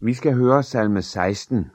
Vi skal høre salme 16.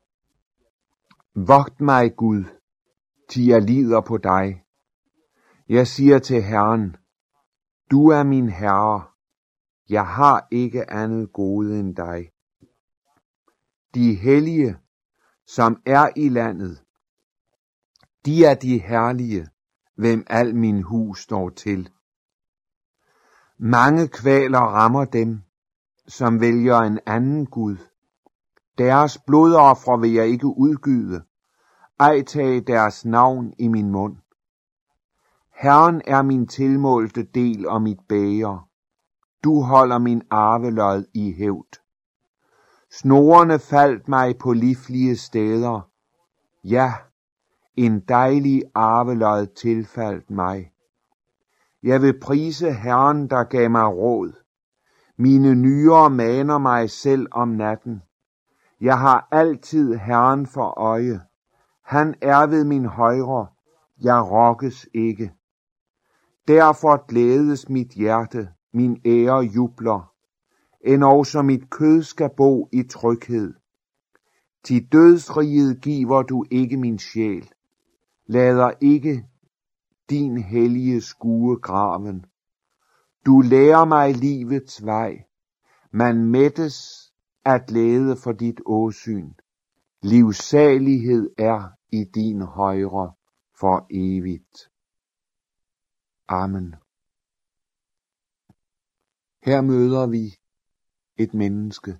Vogt mig, Gud, til jeg lider på dig. Jeg siger til Herren, du er min Herre. Jeg har ikke andet gode end dig. De hellige, som er i landet, de er de herlige, hvem al min hus står til. Mange kvaler rammer dem, som vælger en anden Gud. Deres blodofre vil jeg ikke udgyde, ej tage deres navn i min mund. Herren er min tilmålte del og mit bæger. Du holder min arvelod i hævd. Snorene faldt mig på livlige steder. Ja, en dejlig arvelod tilfaldt mig. Jeg vil prise Herren, der gav mig råd. Mine nyrer maner mig selv om natten. Jeg har altid Herren for øje. Han er ved min højre. Jeg rokkes ikke. Derfor glædes mit hjerte, min ære jubler. Endog så mit kød skal bo i tryghed. Til dødsriget giver du ikke min sjæl. Lader ikke din hellige skue graven. Du lærer mig livets vej. Man mættes af glæde for dit åsyn. Livsalighed er i din højre for evigt. Amen. Her møder vi et menneske,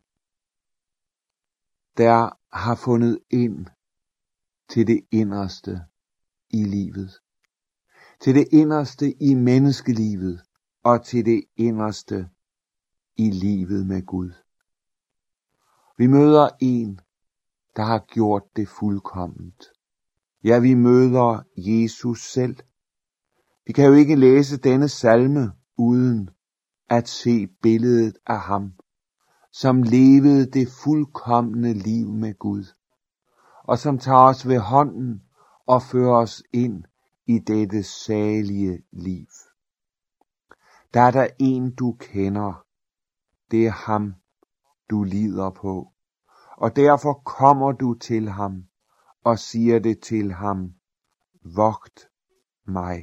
der har fundet ind til det inderste i livet. Til det inderste i menneskelivet og til det inderste i livet med Gud. Vi møder en, der har gjort det fuldkomment. Ja, vi møder Jesus selv. Vi kan jo ikke læse denne salme uden at se billedet af ham, som levede det fuldkomne liv med Gud, og som tager os ved hånden og fører os ind i dette salige liv. Der er der en, du kender. Det er ham, du lider på. Og derfor kommer du til ham og siger det til ham. Vogt mig.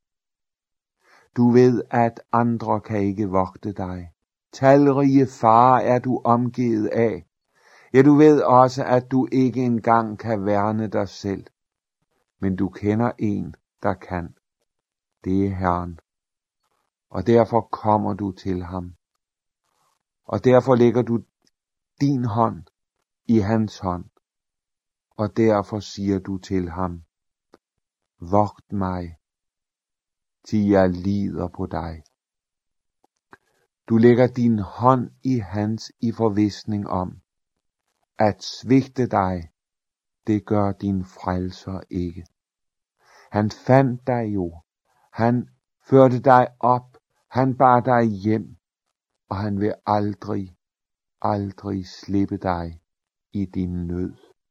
Du ved, at andre kan ikke vogte dig. Talrige farer er du omgivet af. Ja, du ved også, at du ikke engang kan værne dig selv. Men du kender en, der kan. Det er Herren. Og derfor kommer du til ham. Og derfor lægger du din hånd i hans hånd. Og derfor siger du til ham, vogt mig, til jeg lider på dig. Du lægger din hånd i hans i forvisning om, at svigte dig, det gør din frelser ikke. Han fandt dig jo, han førte dig op, han bar dig hjem, og han vil aldrig slippe dig i din nød.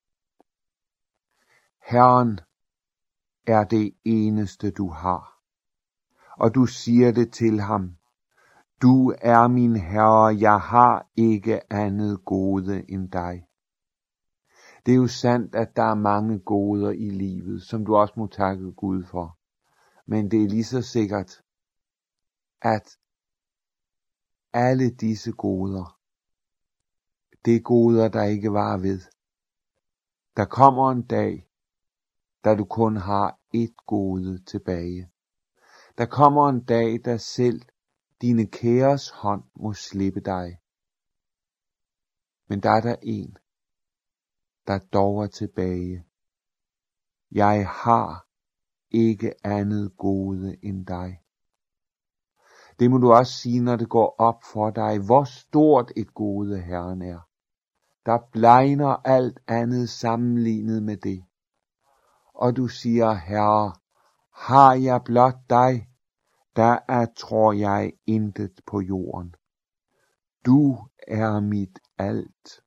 Herren er det eneste du har, og du siger det til ham. Du er min Herre, jeg har ikke andet gode end dig. Det er jo sandt, at der er mange goder i livet, som du også må takke Gud for. Men det er lige så sikkert, at alle disse goder, det er goder, der ikke var ved. Der kommer en dag, da du kun har ét gode tilbage. Der kommer en dag, da selv dine kæres hånd må slippe dig. Men der er der en, der dog er tilbage. Jeg har ikke andet gode end dig. Det må du også sige, når det går op for dig, hvor stort et gode Herren er. Der blegner alt andet sammenlignet med det. Og du siger, Herre, har jeg blot dig, der er, tror jeg, intet på jorden. Du er mit alt.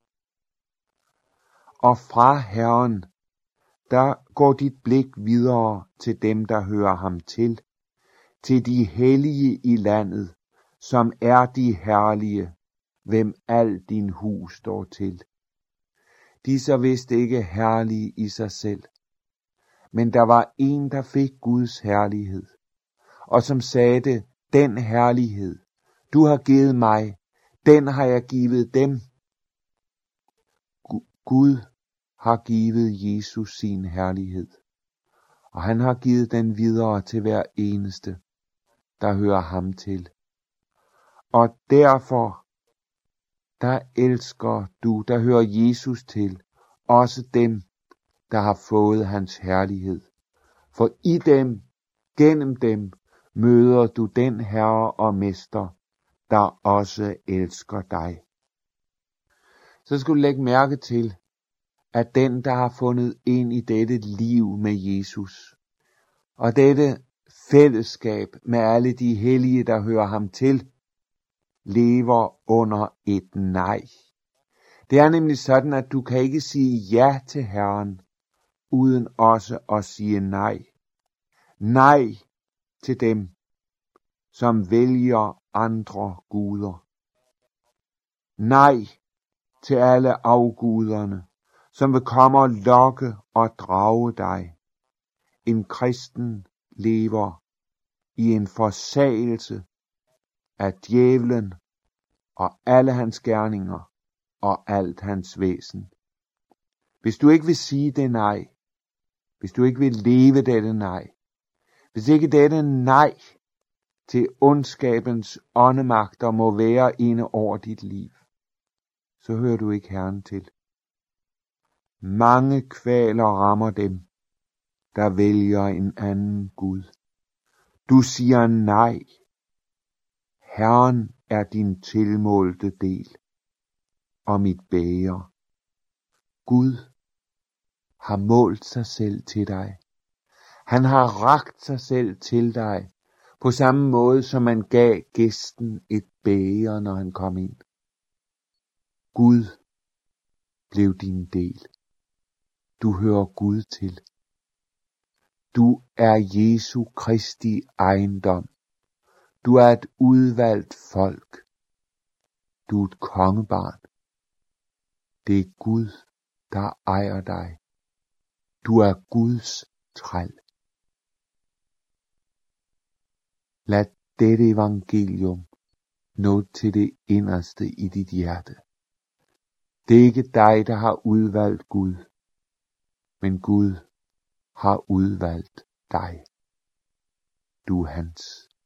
Og fra Herren, der går dit blik videre til dem, der hører ham til de hellige i landet, som er de herlige, hvem al din hus står til. De er så vist ikke herlige i sig selv, men der var en, der fik Guds herlighed, og som sagde, den herlighed, du har givet mig, den har jeg givet dem. Gud har givet Jesus sin herlighed, og han har givet den videre til hver eneste, der hører ham til. Og derfor, der elsker du, der hører Jesus til, også dem, der har fået hans herlighed. For i dem, gennem dem, møder du den Herre og Mester, der også elsker dig. Så skal du lægge mærke til, at den, der har fundet ind i dette liv med Jesus, og dette fællesskab med alle de hellige, der hører ham til, lever under et nej. Det er nemlig sådan, at du kan ikke sige ja til Herren, uden også at sige nej. Nej til dem, som vælger andre guder. Nej til alle afguderne, som vil komme og lokke og drage dig. En kristen lever i en forsagelse af djævlen og alle hans gerninger og alt hans væsen. Hvis du ikke vil sige det nej, hvis du ikke vil leve dette nej, hvis ikke dette nej til ondskabens åndemagter må være inde over dit liv, så hører du ikke Herren til. Mange kvaler rammer dem, der vælger en anden Gud. Du siger nej. Herren er din tilmålte del og mit bæger. Gud har målt sig selv til dig. Han har rakt sig selv til dig, på samme måde som man gav gæsten et bæger, når han kom ind. Gud blev din del. Du hører Gud til. Du er Jesu Kristi ejendom. Du er et udvalgt folk. Du er et kongebarn. Det er Gud, der ejer dig. Du er Guds træl. Lad dette evangelium nå til det inderste i dit hjerte. Det er ikke dig, der har udvalgt Gud, men Gud har udvalgt dig. Du er hans.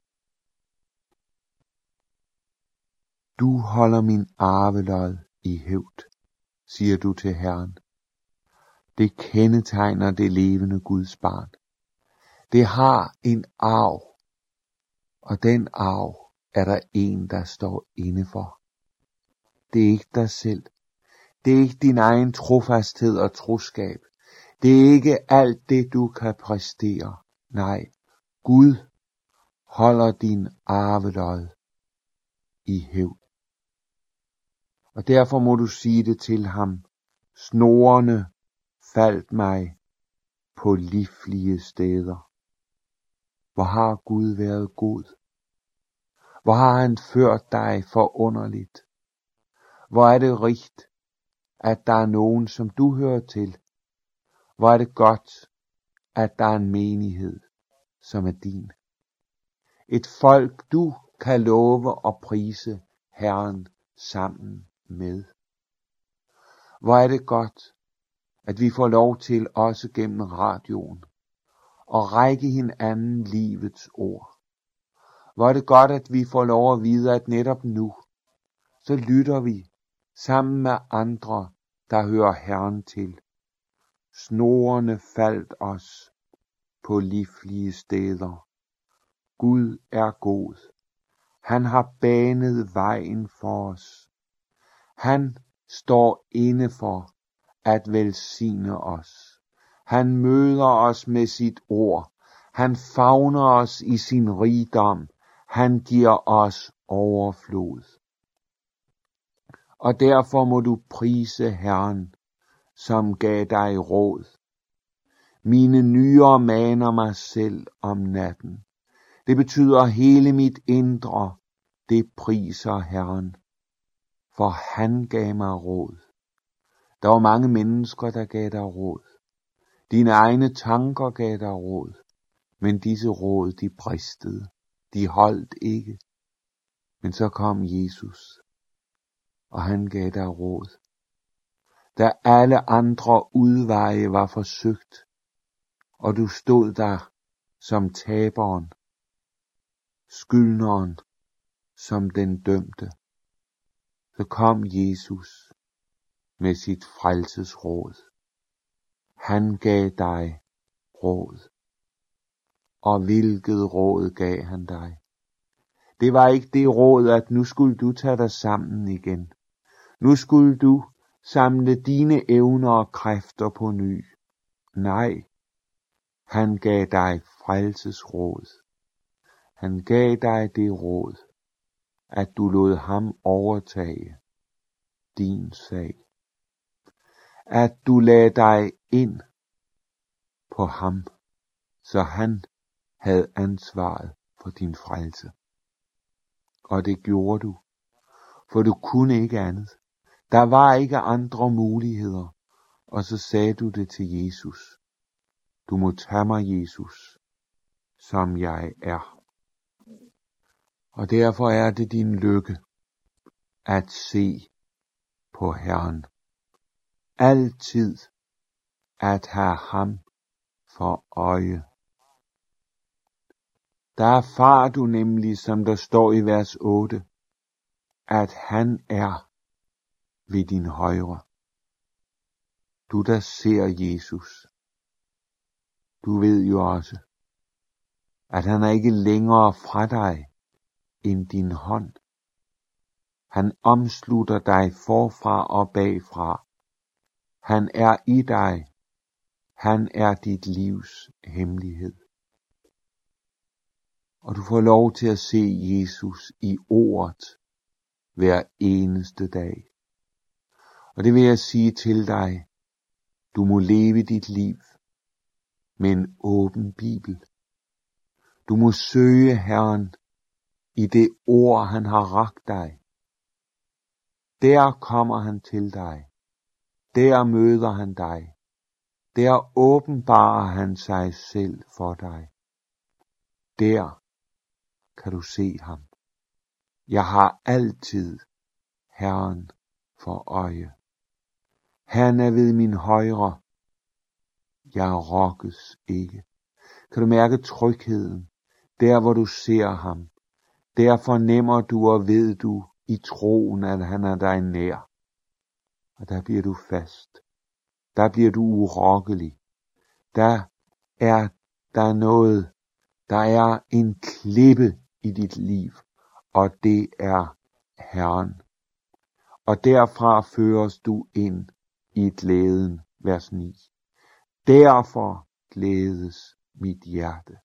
Du holder min arvelod i hævd, siger du til Herren. Det kendetegner det levende Guds barn. Det har en arv, og den arv er der en, der står inde for. Det er ikke dig selv. Det er ikke din egen trofasthed og troskab. Det er ikke alt det, du kan præstere. Nej, Gud holder din arvelod i hævd. Og derfor må du sige det til ham. Snorene faldt mig på livlige steder. Hvor har Gud været god? Hvor har han ført dig forunderligt? Hvor er det rigt, at der er nogen, som du hører til? Hvor er det godt, at der er en menighed, som er din. Et folk, du kan love og prise Herren sammen med. Hvor er det godt, at vi får lov til også gennem radioen at række hinanden livets ord. Hvor er det godt, at vi får lov at vide, at netop nu, så lytter vi sammen med andre, der hører Herren til. Snorene faldt os på livlige steder. Gud er god. Han har banet vejen for os. Han står inde for at velsigne os. Han møder os med sit ord. Han favner os i sin rigdom. Han giver os overflod. Og derfor må du prise Herren, som gav dig råd. Mine nyrer maner mig selv om natten. Det betyder hele mit indre, det priser Herren. for han gav mig råd. Der var mange mennesker, der gav dig råd. Dine egne tanker gav dig råd, men disse råd, de bristede. De holdt ikke. Men så kom Jesus, og han gav dig råd. Da alle andre udveje var forsøgt, og du stod der som taberen, skyldneren, som den dømte, så kom Jesus med sit frelsesråd. Han gav dig råd. Og hvilket råd gav han dig? Det var ikke det råd, at nu skulle du tage dig sammen igen. Nu skulle du samle dine evner og kræfter på ny. Nej, han gav dig frelsesråd. Han gav dig det råd, at du lod ham overtage din sag. At du lagde dig ind på ham, så han havde ansvaret for din frelse. Og det gjorde du, for du kunne ikke andet. Der var ikke andre muligheder, og så sagde du det til Jesus. Du må tage mig, Jesus, som jeg er. Og derfor er det din lykke at se på Herren. Altid at have ham for øje. Der erfarer du nemlig, som der står i vers 8, at han er ved din højre. Du der ser Jesus, du ved jo også, at han er ikke længere fra dig end din hånd. Han omslutter dig forfra og bagfra. Han er i dig. Han er dit livs hemmelighed. Og du får lov til at se Jesus i ordet hver eneste dag. Og det vil jeg sige til dig. Du må leve dit liv med en åben bibel. Du må søge Herren i det ord, han har rakt dig. Der kommer han til dig. Der møder han dig. Der åbenbarer han sig selv for dig. Der kan du se ham. Jeg har altid Herren for øje. Han er ved min højre. Jeg rokkes ikke. Kan du mærke trygheden, der hvor du ser ham? Der fornemmer du og ved du i troen, at han er dig nær. Og der bliver du fast. Der bliver du urokkelig. Der er noget. Der er en klippe i dit liv, og det er Herren. Og derfra føres du ind i glæden, vers 9. Derfor glædes mit hjerte.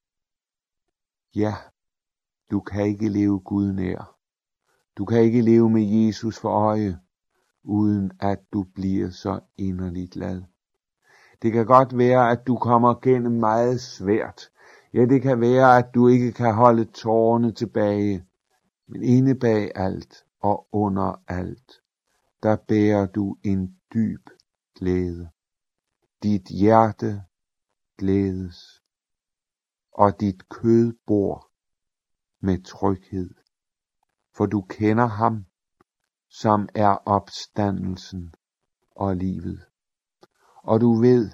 Ja, du kan ikke leve Gud nær. Du kan ikke leve med Jesus for øje, uden at du bliver så inderligt glad. Det kan godt være, at du kommer gennem meget svært. Ja, det kan være, at du ikke kan holde tårerne tilbage. Men inde bag alt og under alt, der bærer du en dyb glæde. Dit hjerte glædes, og dit kød bor med tryghed. For du kender ham, som er opstandelsen og livet. Og du ved,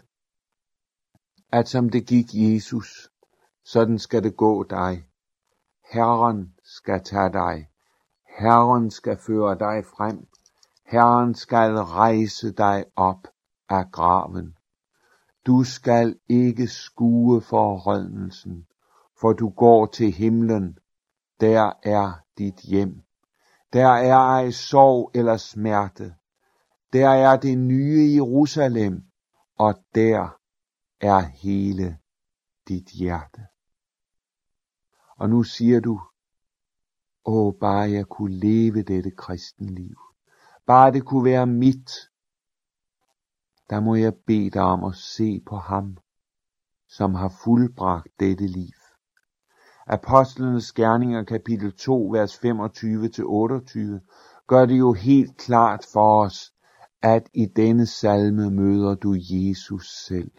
at som det gik Jesus, sådan skal det gå dig. Herren skal tage dig. Herren skal føre dig frem. Herren skal rejse dig op af graven. Du skal ikke skue forrådnelsen, for du går til himlen. Der er dit hjem. Der er ej sorg eller smerte. Der er det nye Jerusalem, og der er hele dit hjerte. Og nu siger du, bare jeg kunne leve dette kristenliv. Bare det kunne være mit. Der må jeg bede dig om at se på ham, som har fuldbragt dette liv. Apostlenes Gerninger kapitel 2, vers 25-28, gør det jo helt klart for os, at i denne salme møder du Jesus selv.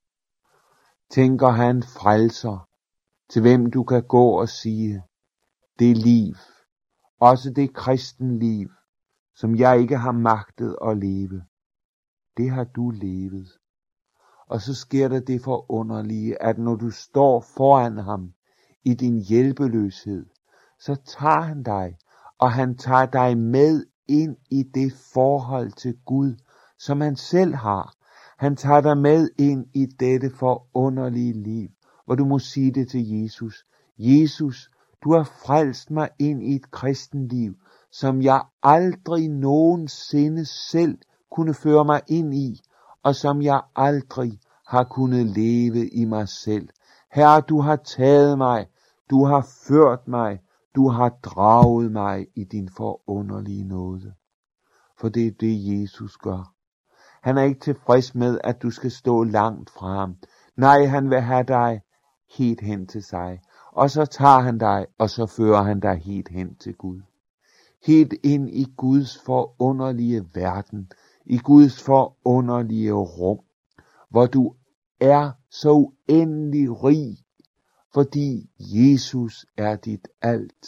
Tænker han frelser, til hvem du kan gå og sige, det liv, også det kristenliv, som jeg ikke har magtet at leve, det har du levet. Og så sker der det forunderlige, at når du står foran ham i din hjælpeløshed, så tager han dig, og han tager dig med ind i det forhold til Gud, som han selv har. Han tager dig med ind i dette forunderlige liv, hvor du må sige det til Jesus. Jesus, du har frelst mig ind i et kristenliv, som jeg aldrig nogensinde selv kunne føre mig ind i, og som jeg aldrig har kunnet leve i mig selv. Herre, du har taget mig, du har ført mig, du har draget mig i din forunderlige nåde. For det er det, Jesus gør. Han er ikke tilfreds med, at du skal stå langt fra ham. Nej, han vil have dig helt hen til sig. Og så tager han dig, og så fører han dig helt hen til Gud. Helt ind i Guds forunderlige verden, i Guds forunderlige rum, hvor du er så uendelig rig, fordi Jesus er dit alt.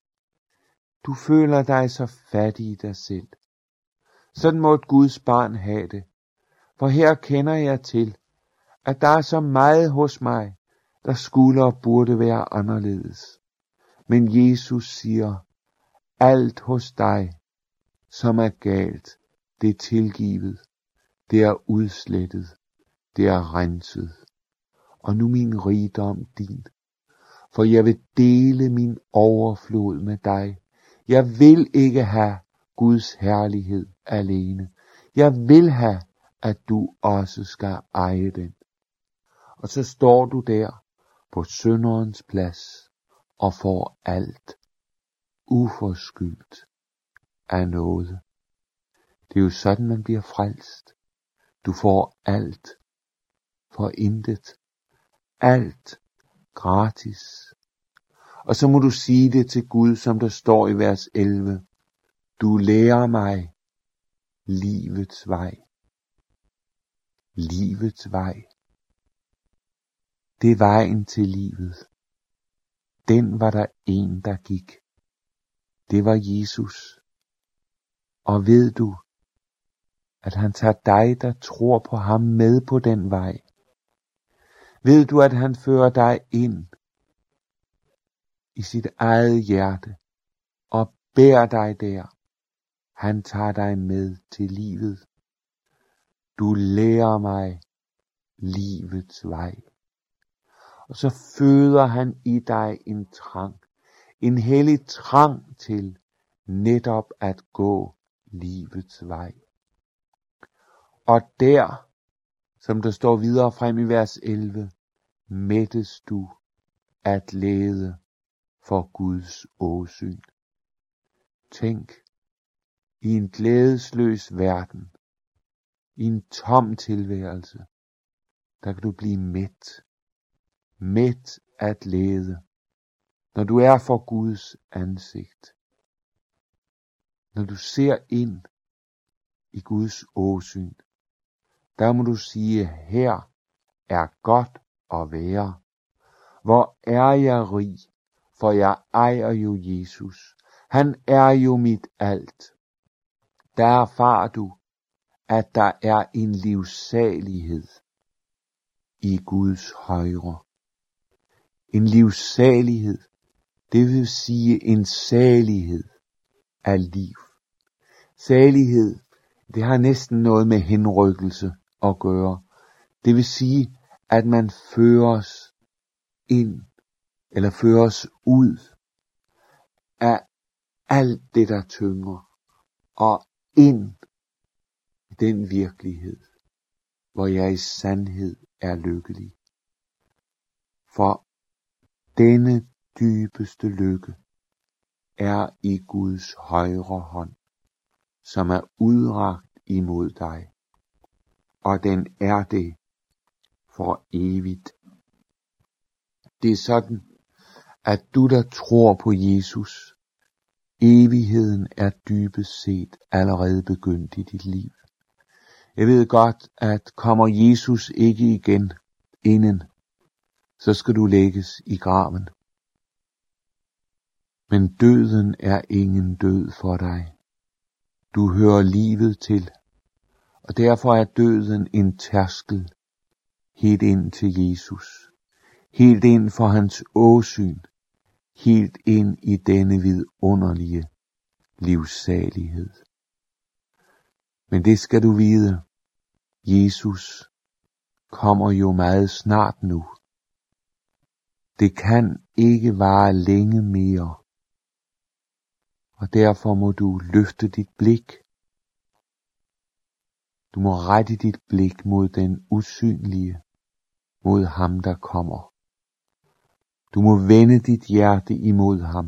Du føler dig så fattig i dig selv. Sådan må et Guds barn have det. For her kender jeg til, at der er så meget hos mig, der skulle og burde være anderledes. Men Jesus siger, alt hos dig, som er galt, det er tilgivet, det er udslettet, det er renset. Og nu min rigdom din, for jeg vil dele min overflod med dig. Jeg vil ikke have Guds herlighed alene. Jeg vil have, at du også skal eje den. Og så står du der på synderens plads og får alt uforskyldt af nåde. Det er jo sådan, man bliver frelst. Du får alt for intet. Alt gratis. Og så må du sige det til Gud, som der står i vers 11. Du lærer mig livets vej. Livets vej. Det er vejen til livet. Den var der en, der gik. Det var Jesus. Og ved du, at han tager dig, der tror på ham, med på den vej? Ved du, at han fører dig ind i sit eget hjerte og bærer dig der? Han tager dig med til livet. Du lærer mig livets vej. Og så føder han i dig en trang, en hellig trang til netop at gå livets vej. Og der, som der står videre frem i vers 11, mættes du af glæde for Guds åsyn. Tænk, i en glædesløs verden, i en tom tilværelse, der kan du blive mæt af glæde, når du er for Guds ansigt. Når du ser ind i Guds åsyn, der må du sige, her er godt at være. Hvor er jeg rig, for jeg ejer jo Jesus. Han er jo mit alt. Der erfarer du, at der er en livsalighed i Guds højre. En livsalighed, det vil sige en salighed af liv. Salighed, det har næsten noget med henrykkelse at gøre. Det vil sige, at man føres ind, eller føres ud af alt det, der tynger, og ind i den virkelighed, hvor jeg i sandhed er lykkelig. For denne dybeste lykke er i Guds højre hånd, som er udrakt imod dig, og den er det for evigt. Det er sådan, at du, der tror på Jesus, Evigheden er dybest set allerede begyndt i dit liv. Jeg ved godt, at kommer Jesus ikke igen inden, så skal du lægges i graven. Men døden er ingen død for dig. Du hører livet til, og derfor er døden en tærskel helt ind til Jesus. Helt ind for hans åsyn. Helt ind i denne vidunderlige livssalighed. Men det skal du vide. Jesus kommer jo meget snart nu. Det kan ikke vare længe mere. Og derfor må du løfte dit blik. Du må rette dit blik mod den usynlige, mod ham der kommer. Du må vende dit hjerte imod ham.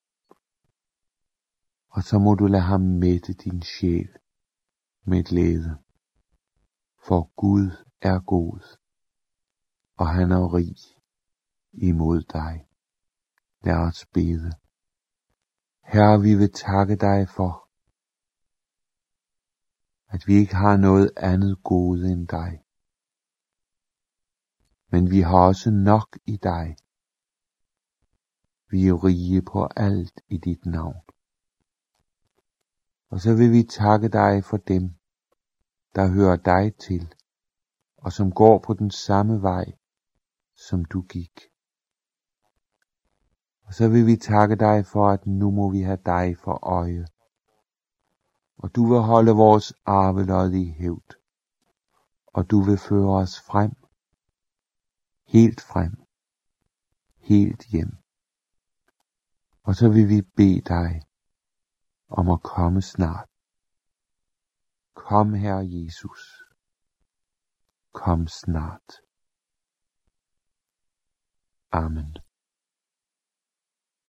Og så må du lade ham mætte din sjæl med glæde. For Gud er god, og han er rig imod dig. Lad os bede. Herre, vi vil takke dig for, at vi ikke har noget andet gode end dig. Men vi har også nok i dig. Vi er rige på alt i dit navn. Og så vil vi takke dig for dem, der hører dig til, og som går på den samme vej, som du gik. Og så vil vi takke dig for, at nu må vi have dig for øje. Og du vil holde vores arvelod i hævd. Og du vil føre os frem. Helt hjem. Og så vil vi bede dig om at komme snart. Kom, Herre Jesus. Kom snart. Amen.